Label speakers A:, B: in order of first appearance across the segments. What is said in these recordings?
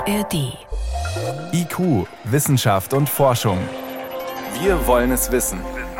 A: ARD.
B: IQ, Wissenschaft und Forschung. Wir wollen es wissen.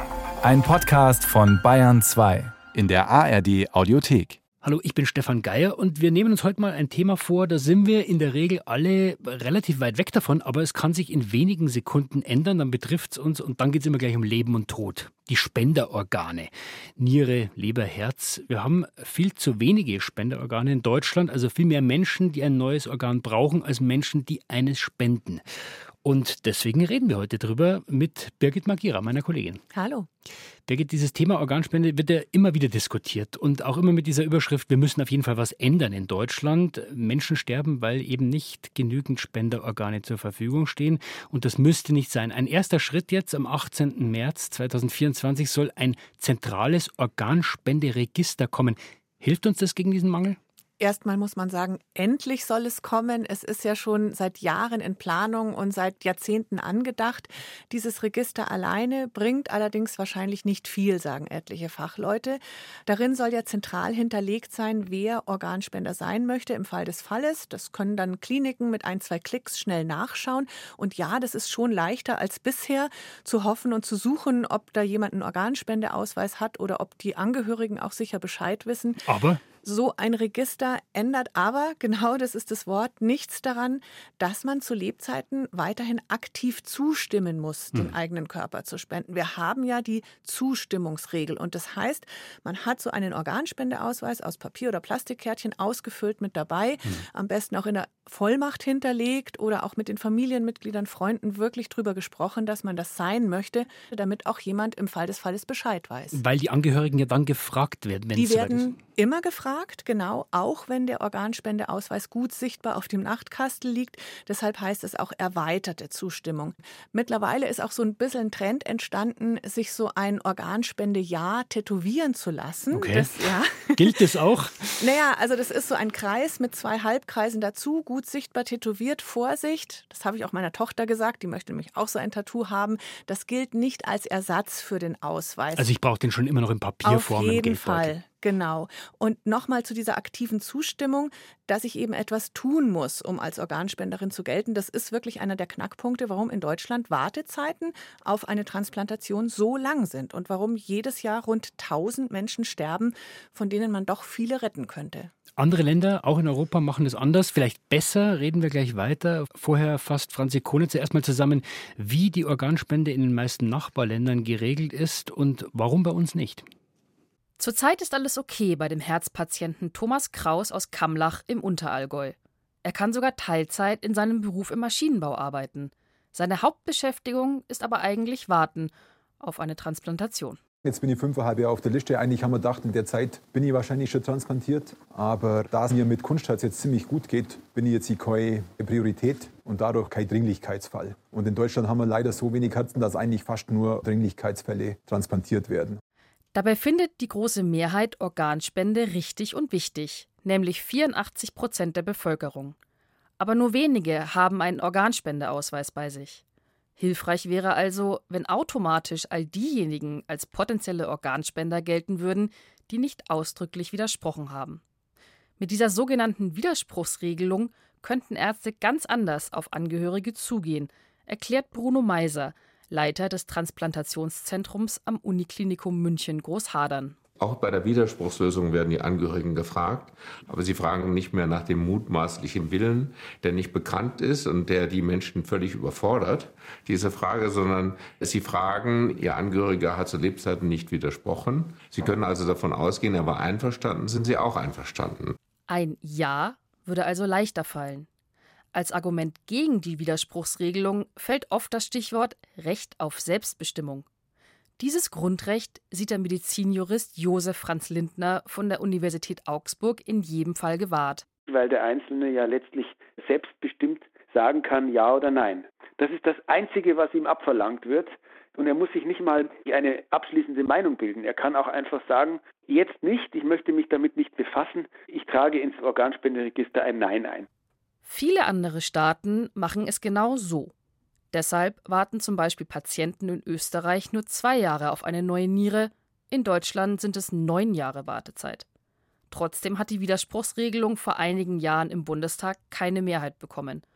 B: Ein Podcast von Bayern 2 in der ARD Audiothek.
C: Hallo, ich bin Stefan Geier und wir nehmen uns heute mal ein Thema vor, da sind wir in der Regel alle relativ weit weg davon, aber es kann sich in wenigen Sekunden ändern, dann betrifft es uns und dann geht es immer gleich um Leben und Tod. Die Spenderorgane, Niere, Leber, Herz. Wir haben viel zu wenige Spenderorgane in Deutschland, also viel mehr Menschen, die ein neues Organ brauchen, als Menschen, die eines spenden. Und deswegen reden wir heute drüber mit Birgit Magira, meiner Kollegin.
D: Hallo.
C: Birgit, dieses Thema Organspende wird ja immer wieder diskutiert und auch immer mit dieser Überschrift, wir müssen auf jeden Fall was ändern in Deutschland. Menschen sterben, weil eben nicht genügend Spenderorgane zur Verfügung stehen und das müsste nicht sein. Ein erster Schritt jetzt am 18. März 2024 soll ein zentrales Organspenderegister kommen. Hilft uns das gegen diesen Mangel?
D: Erstmal muss man sagen, endlich soll es kommen. Es ist ja schon seit Jahren in Planung und seit Jahrzehnten angedacht. Dieses Register alleine bringt allerdings wahrscheinlich nicht viel, sagen etliche Fachleute. Darin soll ja zentral hinterlegt sein, wer Organspender sein möchte im Fall des Falles. Das können dann Kliniken mit 1-2 Klicks schnell nachschauen. Und ja, das ist schon leichter als bisher zu hoffen und zu suchen, ob da jemand einen Organspendeausweis hat oder ob die Angehörigen auch sicher Bescheid wissen.
C: Aber
D: so ein Register ändert aber, genau das ist das Wort, nichts daran, dass man zu Lebzeiten weiterhin aktiv zustimmen muss, den eigenen Körper zu spenden. Wir haben ja die Zustimmungsregel und das heißt, man hat so einen Organspendeausweis aus Papier- oder Plastikkärtchen ausgefüllt mit dabei, am besten auch in der Vollmacht hinterlegt oder auch mit den Familienmitgliedern, Freunden wirklich drüber gesprochen, dass man das sein möchte, damit auch jemand im Fall des Falles Bescheid weiß.
C: weil die Angehörigen ja dann gefragt werden, wenn
D: Die
C: es soweit ist.
D: werden immer gefragt, genau, auch wenn der Organspendeausweis gut sichtbar auf dem Nachtkastel liegt. Deshalb heißt es auch erweiterte Zustimmung. Mittlerweile ist auch so ein bisschen ein Trend entstanden, sich so ein Organspende-Ja tätowieren zu lassen.
C: Okay.
D: Ja.
C: Gilt das auch?
D: Naja, also das ist so ein Kreis mit 2 Halbkreisen dazu, gut sichtbar tätowiert. Vorsicht, das habe ich auch meiner Tochter gesagt, die möchte nämlich auch so ein Tattoo haben. Das gilt nicht als Ersatz für den Ausweis.
C: Also ich brauche den schon immer noch in Papierform
D: Auf
C: im
D: jeden
C: Geldbeutel.
D: Fall, genau. Und nochmal zu dieser aktiven Zustimmung, dass ich eben etwas tun muss, um als Organspenderin zu gelten. Das ist wirklich einer der Knackpunkte, warum in Deutschland Wartezeiten auf eine Transplantation so lang sind und warum jedes Jahr rund 1000 Menschen sterben, von denen man doch viele retten könnte.
C: Andere Länder, auch in Europa, machen es anders, vielleicht besser, reden wir gleich weiter. Vorher fasst Franzi Konitz zuerst mal zusammen, wie die Organspende in den meisten Nachbarländern geregelt ist und warum bei uns nicht.
E: Zurzeit ist alles okay bei dem Herzpatienten Thomas Kraus aus Kamlach im Unterallgäu. Er kann sogar Teilzeit in seinem Beruf im Maschinenbau arbeiten. Seine Hauptbeschäftigung ist aber eigentlich Warten auf eine Transplantation.
F: Jetzt bin ich 5,5 Jahre auf der Liste. Eigentlich haben wir gedacht, in der Zeit bin ich wahrscheinlich schon transplantiert. Aber da es mir mit Kunstherz jetzt ziemlich gut geht, bin ich jetzt keine Priorität und dadurch kein Dringlichkeitsfall. Und in Deutschland haben wir leider so wenig Herzen, dass eigentlich fast nur Dringlichkeitsfälle transplantiert werden.
E: Dabei findet die große Mehrheit Organspende richtig und wichtig, nämlich 84% der Bevölkerung. Aber nur wenige haben einen Organspendeausweis bei sich. Hilfreich wäre also, wenn automatisch all diejenigen als potenzielle Organspender gelten würden, die nicht ausdrücklich widersprochen haben. Mit dieser sogenannten Widerspruchsregelung könnten Ärzte ganz anders auf Angehörige zugehen, erklärt Bruno Meiser, Leiter des Transplantationszentrums am Uniklinikum München Großhadern.
G: Auch bei der Widerspruchslösung werden die Angehörigen gefragt, aber sie fragen nicht mehr nach dem mutmaßlichen Willen, der nicht bekannt ist und der die Menschen völlig überfordert, diese Frage, sondern sie fragen, ihr Angehöriger hat zu Lebzeiten nicht widersprochen. Sie können also davon ausgehen, er war einverstanden, sind sie auch einverstanden.
E: Ein Ja würde also leichter fallen. Als Argument gegen die Widerspruchsregelung fällt oft das Stichwort Recht auf Selbstbestimmung. Dieses Grundrecht sieht der Medizinjurist Josef Franz Lindner von der Universität Augsburg in jedem Fall gewahrt.
H: Weil der Einzelne ja letztlich selbstbestimmt sagen kann, ja oder nein. Das ist das Einzige, was ihm abverlangt wird. Und er muss sich nicht mal eine abschließende Meinung bilden. Er kann auch einfach sagen, jetzt nicht, ich möchte mich damit nicht befassen, ich trage ins Organspenderegister ein Nein ein.
E: Viele andere Staaten machen es genau so. Deshalb warten zum Beispiel Patienten in Österreich nur 2 Jahre auf eine neue Niere, in Deutschland sind es 9 Jahre Wartezeit. Trotzdem hat die Widerspruchsregelung vor einigen Jahren im Bundestag keine Mehrheit bekommen.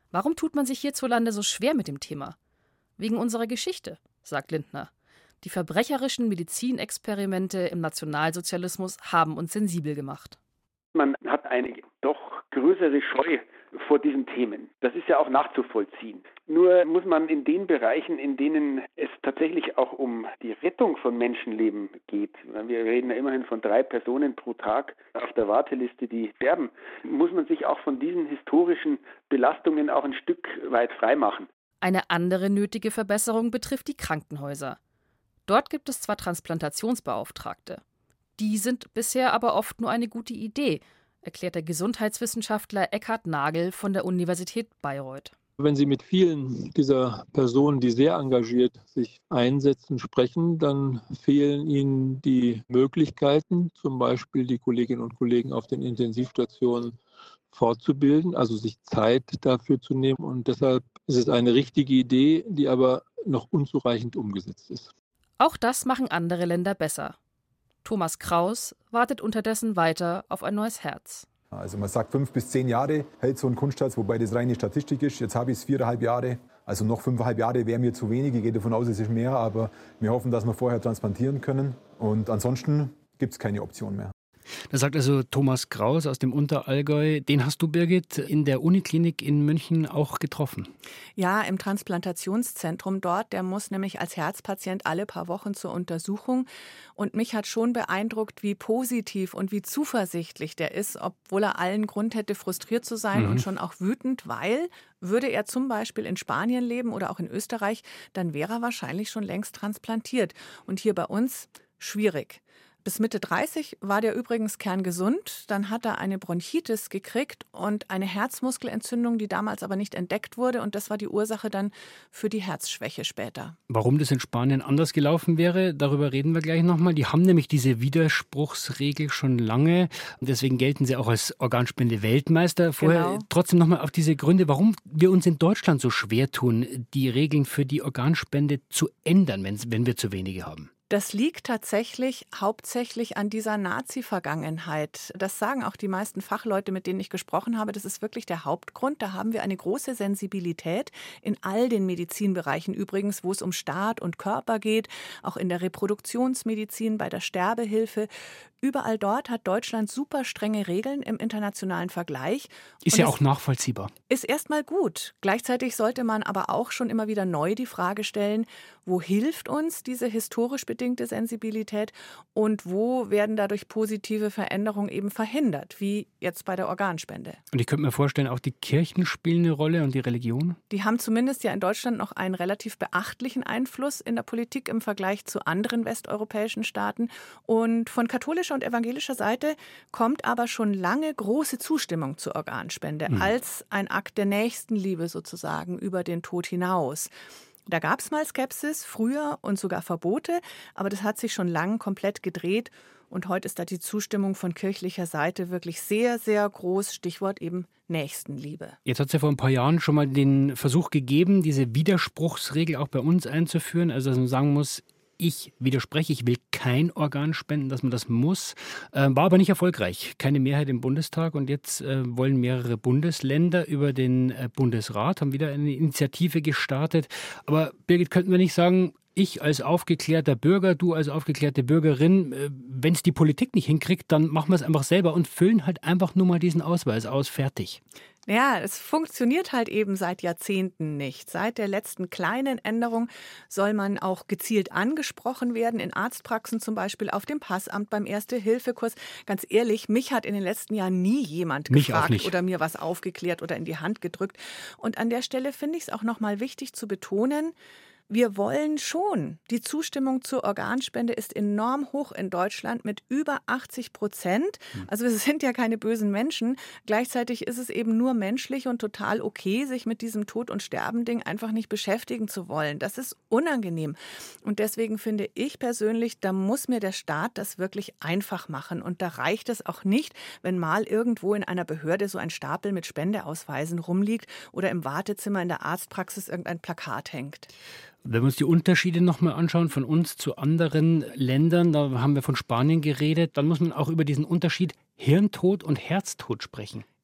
E: Warum tut man sich hierzulande so schwer mit dem Thema? Wegen unserer Geschichte, sagt Lindner. Die verbrecherischen Medizinexperimente im Nationalsozialismus haben uns sensibel gemacht.
H: Man hat eine doch größere Scheu vor diesen Themen. Das ist ja auch nachzuvollziehen. Nur muss man in den Bereichen, in denen es tatsächlich auch um die Rettung von Menschenleben geht, wir reden ja immerhin von 3 Personen pro Tag auf der Warteliste, die sterben, muss man sich auch von diesen historischen Belastungen auch ein Stück weit freimachen.
E: Eine andere nötige Verbesserung betrifft die Krankenhäuser. Dort gibt es zwar Transplantationsbeauftragte. Die sind bisher aber oft nur eine gute Idee, erklärt der Gesundheitswissenschaftler Eckhard Nagel von der Universität Bayreuth.
A: Wenn Sie mit vielen dieser Personen, die sehr engagiert sich einsetzen, sprechen, dann fehlen Ihnen die Möglichkeiten, zum Beispiel die Kolleginnen und Kollegen auf den Intensivstationen fortzubilden, also sich Zeit dafür zu nehmen. Und deshalb ist es eine richtige Idee, die aber noch unzureichend umgesetzt ist.
E: Auch das machen andere Länder besser. Thomas Kraus wartet unterdessen weiter auf ein neues Herz.
F: Also man sagt 5 bis 10 Jahre hält so ein Kunstherz, wobei das reine Statistik ist. Jetzt habe ich es 4,5 Jahre. Also noch 5,5 Jahre wäre mir zu wenig. Ich gehe davon aus, es ist mehr, aber wir hoffen, dass wir vorher transplantieren können. Und ansonsten gibt es keine Option mehr.
C: Das sagt also Thomas Kraus aus dem Unterallgäu. Den hast du, Birgit, in der Uniklinik in München auch getroffen.
D: Ja, im Transplantationszentrum dort. Der muss nämlich als Herzpatient alle paar Wochen zur Untersuchung. Und mich hat schon beeindruckt, wie positiv und wie zuversichtlich der ist, obwohl er allen Grund hätte, frustriert zu sein und schon auch wütend, weil würde er zum Beispiel in Spanien leben oder auch in Österreich, dann wäre er wahrscheinlich schon längst transplantiert. Und hier bei uns schwierig. Bis Mitte 30 war der übrigens kerngesund. Dann hat er eine Bronchitis gekriegt und eine Herzmuskelentzündung, die damals aber nicht entdeckt wurde. Und das war die Ursache dann für die Herzschwäche später.
C: Warum das in Spanien anders gelaufen wäre, darüber reden wir gleich nochmal. Die haben nämlich diese Widerspruchsregel schon lange. Deswegen gelten sie auch als Organspende-Weltmeister. Vorher trotzdem nochmal auf diese Gründe, warum wir uns in Deutschland so schwer tun, die Regeln für die Organspende zu ändern, wenn wir zu wenige haben.
D: Das liegt tatsächlich hauptsächlich an dieser Nazi-Vergangenheit. Das sagen auch die meisten Fachleute, mit denen ich gesprochen habe. Das ist wirklich der Hauptgrund. Da haben wir eine große Sensibilität in all den Medizinbereichen übrigens, wo es um Staat und Körper geht, auch in der Reproduktionsmedizin, bei der Sterbehilfe. Überall dort hat Deutschland super strenge Regeln im internationalen Vergleich.
C: Ist ja auch nachvollziehbar.
D: Ist erstmal gut. Gleichzeitig sollte man aber auch schon immer wieder neu die Frage stellen, wo hilft uns diese historisch bedingte Sensibilität und wo werden dadurch positive Veränderungen eben verhindert, wie jetzt bei der Organspende.
C: Und ich könnte mir vorstellen, auch die Kirchen spielen eine Rolle und die Religion?
D: Die haben zumindest ja in Deutschland noch einen relativ beachtlichen Einfluss in der Politik im Vergleich zu anderen westeuropäischen Staaten. Und von katholischer und evangelischer Seite kommt aber schon lange große Zustimmung zur Organspende als ein Akt der Nächstenliebe sozusagen über den Tod hinaus. Da gab es mal Skepsis, früher und sogar Verbote, aber das hat sich schon lange komplett gedreht und heute ist da die Zustimmung von kirchlicher Seite wirklich sehr, sehr groß, Stichwort eben Nächstenliebe.
C: Jetzt hat es ja vor ein paar Jahren schon mal den Versuch gegeben, diese Widerspruchsregel auch bei uns einzuführen, also dass man sagen muss, ich widerspreche, ich will kein Organ spenden, dass man das muss. War aber nicht erfolgreich. Keine Mehrheit im Bundestag. Und jetzt wollen mehrere Bundesländer über den Bundesrat, haben wieder eine Initiative gestartet. Aber Birgit, könnten wir nicht sagen, ich als aufgeklärter Bürger, du als aufgeklärte Bürgerin, wenn es die Politik nicht hinkriegt, dann machen wir es einfach selber und füllen halt einfach nur mal diesen Ausweis aus, fertig.
D: Ja, es funktioniert halt eben seit Jahrzehnten nicht. Seit der letzten kleinen Änderung soll man auch gezielt angesprochen werden, in Arztpraxen zum Beispiel, auf dem Passamt, beim Erste-Hilfe-Kurs. Ganz ehrlich, mich hat in den letzten Jahren nie jemand gefragt oder mir was aufgeklärt oder in die Hand gedrückt. Und an der Stelle finde ich es auch nochmal wichtig zu betonen, wir wollen schon. Die Zustimmung zur Organspende ist enorm hoch in Deutschland mit über 80%. Also wir sind ja keine bösen Menschen. Gleichzeitig ist es eben nur menschlich und total okay, sich mit diesem Tod- und Sterben-Ding einfach nicht beschäftigen zu wollen. Das ist unangenehm. Und deswegen finde ich persönlich, da muss mir der Staat das wirklich einfach machen. Und da reicht es auch nicht, wenn mal irgendwo in einer Behörde so ein Stapel mit Spendeausweisen rumliegt oder im Wartezimmer in der Arztpraxis irgendein Plakat hängt.
C: Wenn wir uns die Unterschiede nochmal anschauen von uns zu anderen Ländern, da haben wir von Spanien geredet, dann muss man auch über diesen Unterschied Hirntod und Herztod sprechen.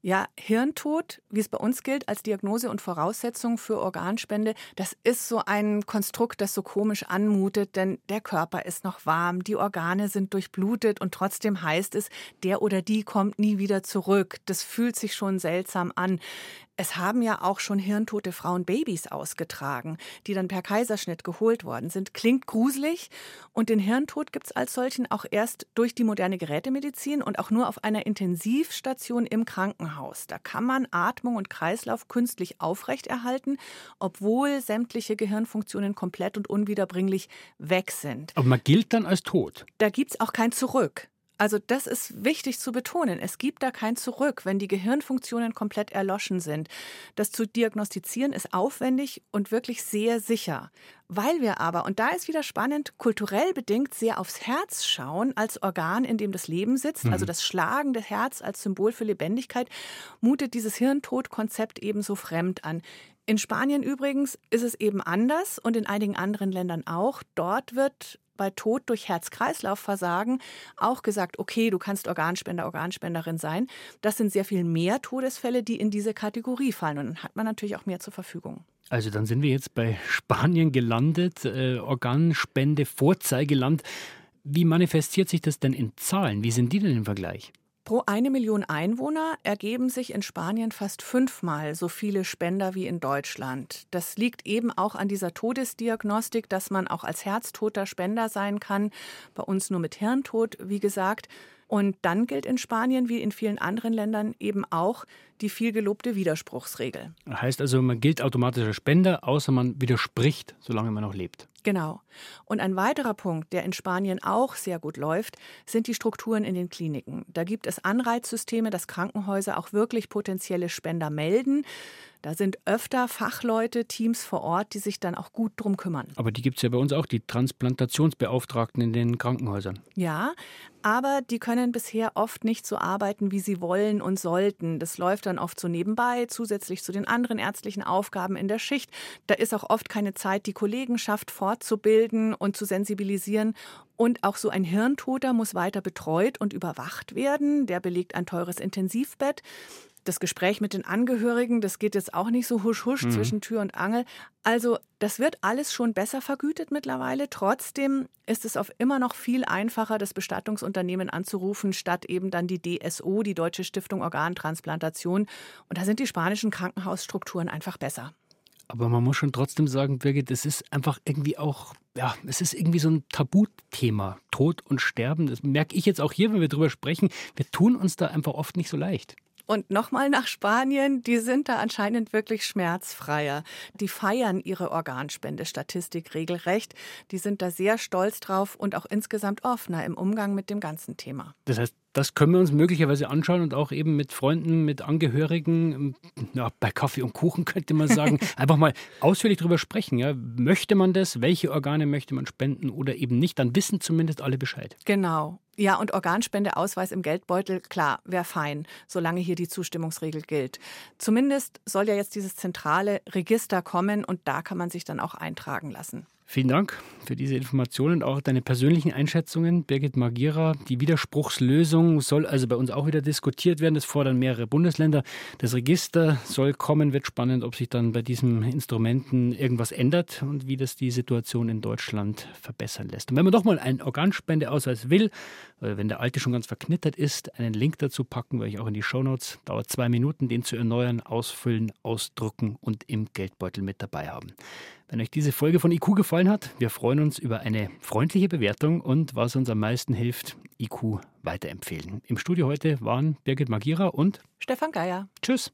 D: Ja, Hirntod, wie es bei uns gilt, als Diagnose und Voraussetzung für Organspende, das ist so ein Konstrukt, das so komisch anmutet, denn der Körper ist noch warm, die Organe sind durchblutet und trotzdem heißt es, der oder die kommt nie wieder zurück. Das fühlt sich schon seltsam an. Es haben ja auch schon hirntote Frauen Babys ausgetragen, die dann per Kaiserschnitt geholt worden sind. Klingt gruselig und den Hirntod gibt es als solchen auch erst durch die moderne Gerätemedizin und auch nur auf einer Intensivstation im Krankenhaus. Da kann man Atmung und Kreislauf künstlich aufrechterhalten, obwohl sämtliche Gehirnfunktionen komplett und unwiederbringlich weg sind.
C: Aber man gilt dann als tot.
D: Da gibt es auch kein Zurück. Also das ist wichtig zu betonen. Es gibt da kein Zurück, wenn die Gehirnfunktionen komplett erloschen sind. Das zu diagnostizieren ist aufwendig und wirklich sehr sicher. Weil wir aber, und da ist wieder spannend, kulturell bedingt sehr aufs Herz schauen als Organ, in dem das Leben sitzt, also das schlagende Herz als Symbol für Lebendigkeit, mutet dieses Hirntod-Konzept ebenso fremd an. In Spanien übrigens ist es eben anders und in einigen anderen Ländern auch. Dort wird bei Tod durch Herz-Kreislauf-Versagen auch gesagt, okay, du kannst Organspender, Organspenderin sein. Das sind sehr viel mehr Todesfälle, die in diese Kategorie fallen. Und dann hat man natürlich auch mehr zur Verfügung.
C: Also dann sind wir jetzt bei Spanien gelandet, Organspende, Vorzeigeland. Wie manifestiert sich das denn in Zahlen? Wie sind die denn im Vergleich?
D: Pro 1 Million Einwohner ergeben sich in Spanien fast 5-mal so viele Spender wie in Deutschland. Das liegt eben auch an dieser Todesdiagnostik, dass man auch als herztoter Spender sein kann. Bei uns nur mit Hirntod, wie gesagt. Und dann gilt in Spanien wie in vielen anderen Ländern eben auch die viel gelobte Widerspruchsregel.
C: Heißt also, man gilt automatisch als Spender, außer man widerspricht, solange man noch lebt.
D: Genau. Und ein weiterer Punkt, der in Spanien auch sehr gut läuft, sind die Strukturen in den Kliniken. Da gibt es Anreizsysteme, dass Krankenhäuser auch wirklich potenzielle Spender melden. Da sind öfter Fachleute, Teams vor Ort, die sich dann auch gut drum kümmern.
C: Aber die gibt es ja bei uns auch, die Transplantationsbeauftragten in den Krankenhäusern.
D: Ja, aber die können bisher oft nicht so arbeiten, wie sie wollen und sollten. Das läuft dann oft so nebenbei, zusätzlich zu den anderen ärztlichen Aufgaben in der Schicht. Da ist auch oft keine Zeit, die Kollegenschaft fortzubilden und zu sensibilisieren. Und auch so ein Hirntoter muss weiter betreut und überwacht werden. Der belegt ein teures Intensivbett. Das Gespräch mit den Angehörigen, das geht jetzt auch nicht so husch-husch zwischen Tür und Angel. Also das wird alles schon besser vergütet mittlerweile. Trotzdem ist es immer noch viel einfacher, das Bestattungsunternehmen anzurufen, statt eben dann die DSO, die Deutsche Stiftung Organtransplantation. Und da sind die spanischen Krankenhausstrukturen einfach besser.
C: Aber man muss schon trotzdem sagen, Birgit, es ist einfach irgendwie auch, ja, es ist irgendwie so ein Tabuthema. Tod und Sterben, das merke ich jetzt auch hier, wenn wir drüber sprechen. Wir tun uns da einfach oft nicht so leicht.
D: Und nochmal nach Spanien, die sind da anscheinend wirklich schmerzfreier. Die feiern ihre Organspendestatistik regelrecht. Die sind da sehr stolz drauf und auch insgesamt offener im Umgang mit dem ganzen Thema.
C: Das heißt, das können wir uns möglicherweise anschauen und auch eben mit Freunden, mit Angehörigen, ja, bei Kaffee und Kuchen könnte man sagen, einfach mal ausführlich drüber sprechen. Ja. Möchte man das? Welche Organe möchte man spenden oder eben nicht? Dann wissen zumindest alle Bescheid.
D: Genau. Ja, und Organspendeausweis im Geldbeutel, klar, wäre fein, solange hier die Zustimmungsregel gilt. Zumindest soll ja jetzt dieses zentrale Register kommen und da kann man sich dann auch eintragen lassen.
C: Vielen Dank für diese Informationen und auch deine persönlichen Einschätzungen. Birgit Magira, die Widerspruchslösung soll also bei uns auch wieder diskutiert werden. Das fordern mehrere Bundesländer. Das Register soll kommen. Wird spannend, ob sich dann bei diesen Instrumenten irgendwas ändert und wie das die Situation in Deutschland verbessern lässt. Und wenn man doch mal einen Organspendeausweis will, oder wenn der alte schon ganz verknittert ist, einen Link dazu packen wir euch auch in die Shownotes. Dauert 2 Minuten, den zu erneuern, ausfüllen, ausdrucken und im Geldbeutel mit dabei haben. Wenn euch diese Folge von IQ gefallen hat, wir freuen uns über eine freundliche Bewertung und was uns am meisten hilft, IQ weiterempfehlen. Im Studio heute waren Birgit Magira und
D: Stefan Geier.
C: Tschüss.